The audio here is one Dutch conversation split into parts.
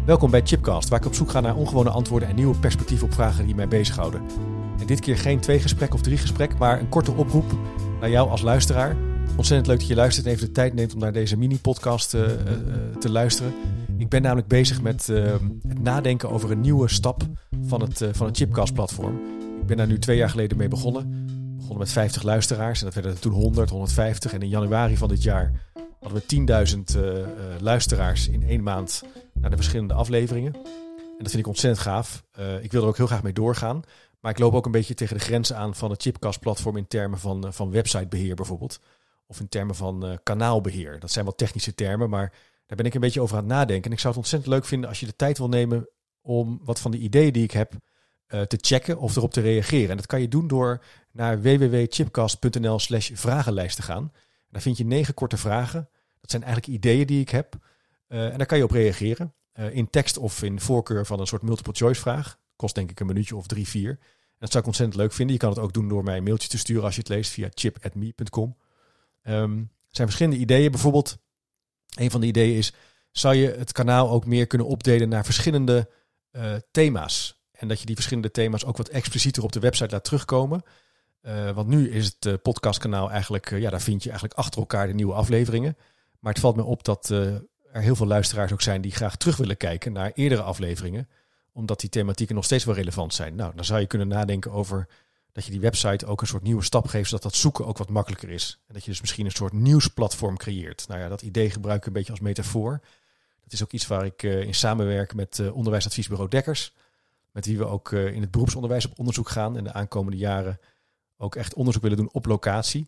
Welkom bij Chipcast, waar ik op zoek ga naar ongewone antwoorden en nieuwe perspectieven op vragen die mij bezighouden. En dit keer geen 2-gesprek of 3-gesprek, maar een korte oproep naar jou als luisteraar. Ontzettend leuk dat je luistert en even de tijd neemt om naar deze mini-podcast te luisteren. Ik ben namelijk bezig met het nadenken over een nieuwe stap van het Chipcast-platform. Ik ben daar nu 2 jaar geleden mee begonnen. Met 50 luisteraars en dat werden er toen 100, 150. En in januari van dit jaar hadden we 10.000 luisteraars in 1 maand naar de verschillende afleveringen. En dat vind ik ontzettend gaaf. Ik wil er ook heel graag mee doorgaan. Maar ik loop ook een beetje tegen de grenzen aan van het Chipcast-platform in termen van websitebeheer bijvoorbeeld. Of in termen van kanaalbeheer. Dat zijn wel technische termen, maar daar ben ik een beetje over aan het nadenken. En ik zou het ontzettend leuk vinden als je de tijd wil nemen om wat van de ideeën die ik heb te checken of erop te reageren. En dat kan je doen door naar www.chipcast.nl/vragenlijst te gaan. Daar vind je 9 korte vragen. Dat zijn eigenlijk ideeën die ik heb. En daar kan je op reageren. In tekst of in voorkeur van een soort multiple choice vraag. Kost denk ik een minuutje of 3-4. En dat zou ik ontzettend leuk vinden. Je kan het ook doen door mij een mailtje te sturen als je het leest via chip@me.com. Er zijn verschillende ideeën. Bijvoorbeeld, een van de ideeën is, zou je het kanaal ook meer kunnen opdelen naar verschillende thema's? En dat je die verschillende thema's ook wat explicieter op de website laat terugkomen. Want nu is het podcastkanaal eigenlijk, daar vind je eigenlijk achter elkaar de nieuwe afleveringen. Maar het valt me op dat er heel veel luisteraars ook zijn die graag terug willen kijken naar eerdere afleveringen. Omdat die thematieken nog steeds wel relevant zijn. Nou, dan zou je kunnen nadenken over dat je die website ook een soort nieuwe stap geeft, zodat dat zoeken ook wat makkelijker is. En dat je dus misschien een soort nieuwsplatform creëert. Nou ja, dat idee gebruik ik een beetje als metafoor. Dat is ook iets waar ik in samenwerk met onderwijsadviesbureau Dekkers. Met wie we ook in het beroepsonderwijs op onderzoek gaan. En de aankomende jaren ook echt onderzoek willen doen op locatie.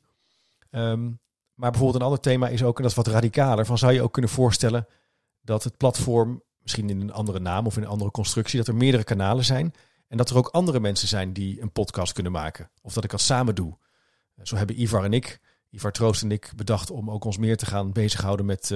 Maar bijvoorbeeld een ander thema is ook, en dat is wat radicaler, van zou je ook kunnen voorstellen dat het platform, misschien in een andere naam of in een andere constructie, dat er meerdere kanalen zijn. En dat er ook andere mensen zijn die een podcast kunnen maken. Of dat ik dat samen doe. Zo hebben Ivar Troost en ik bedacht om ook ons meer te gaan bezighouden met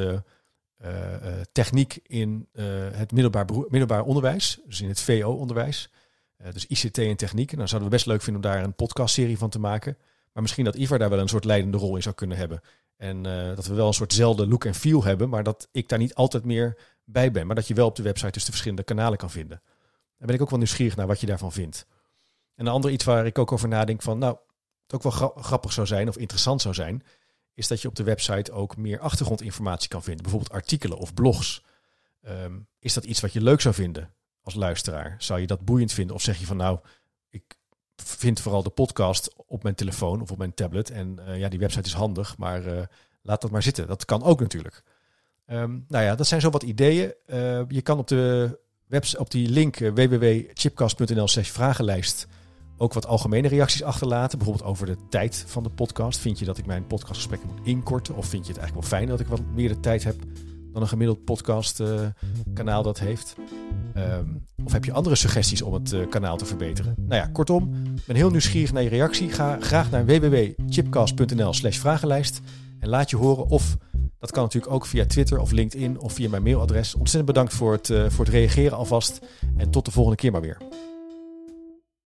techniek in het middelbaar onderwijs. Dus in het VO-onderwijs. Dus ICT en techniek. En dan zouden we best leuk vinden om daar een podcastserie van te maken. Maar misschien dat Ivar daar wel een soort leidende rol in zou kunnen hebben. En dat we wel een soortzelfde look en feel hebben. Maar dat ik daar niet altijd meer bij ben. Maar dat je wel op de website dus de verschillende kanalen kan vinden. Daar ben ik ook wel nieuwsgierig naar wat je daarvan vindt. En een ander iets waar ik ook over nadenk van, nou, het ook wel grappig zou zijn of interessant zou zijn, is dat je op de website ook meer achtergrondinformatie kan vinden. Bijvoorbeeld artikelen of blogs. Is dat iets wat je leuk zou vinden als luisteraar? Zou je dat boeiend vinden? Of zeg je van, nou, ik vind vooral de podcast op mijn telefoon of op mijn tablet. En die website is handig, maar laat dat maar zitten. Dat kan ook natuurlijk. Dat zijn zo wat ideeën. Je kan op die link www.chipcast.nl/vragenlijst ook wat algemene reacties achterlaten. Bijvoorbeeld over de tijd van de podcast. Vind je dat ik mijn podcastgesprekken moet inkorten? Of vind je het eigenlijk wel fijn dat ik wat meer de tijd heb dan een gemiddeld podcastkanaal dat heeft? Of heb je andere suggesties om het kanaal te verbeteren? Nou ja, kortom, ik ben heel nieuwsgierig naar je reactie. Ga graag naar www.chipcast.nl/vragenlijst en laat je horen. Of dat kan natuurlijk ook via Twitter of LinkedIn of via mijn mailadres. Ontzettend bedankt voor het reageren alvast. En tot de volgende keer maar weer.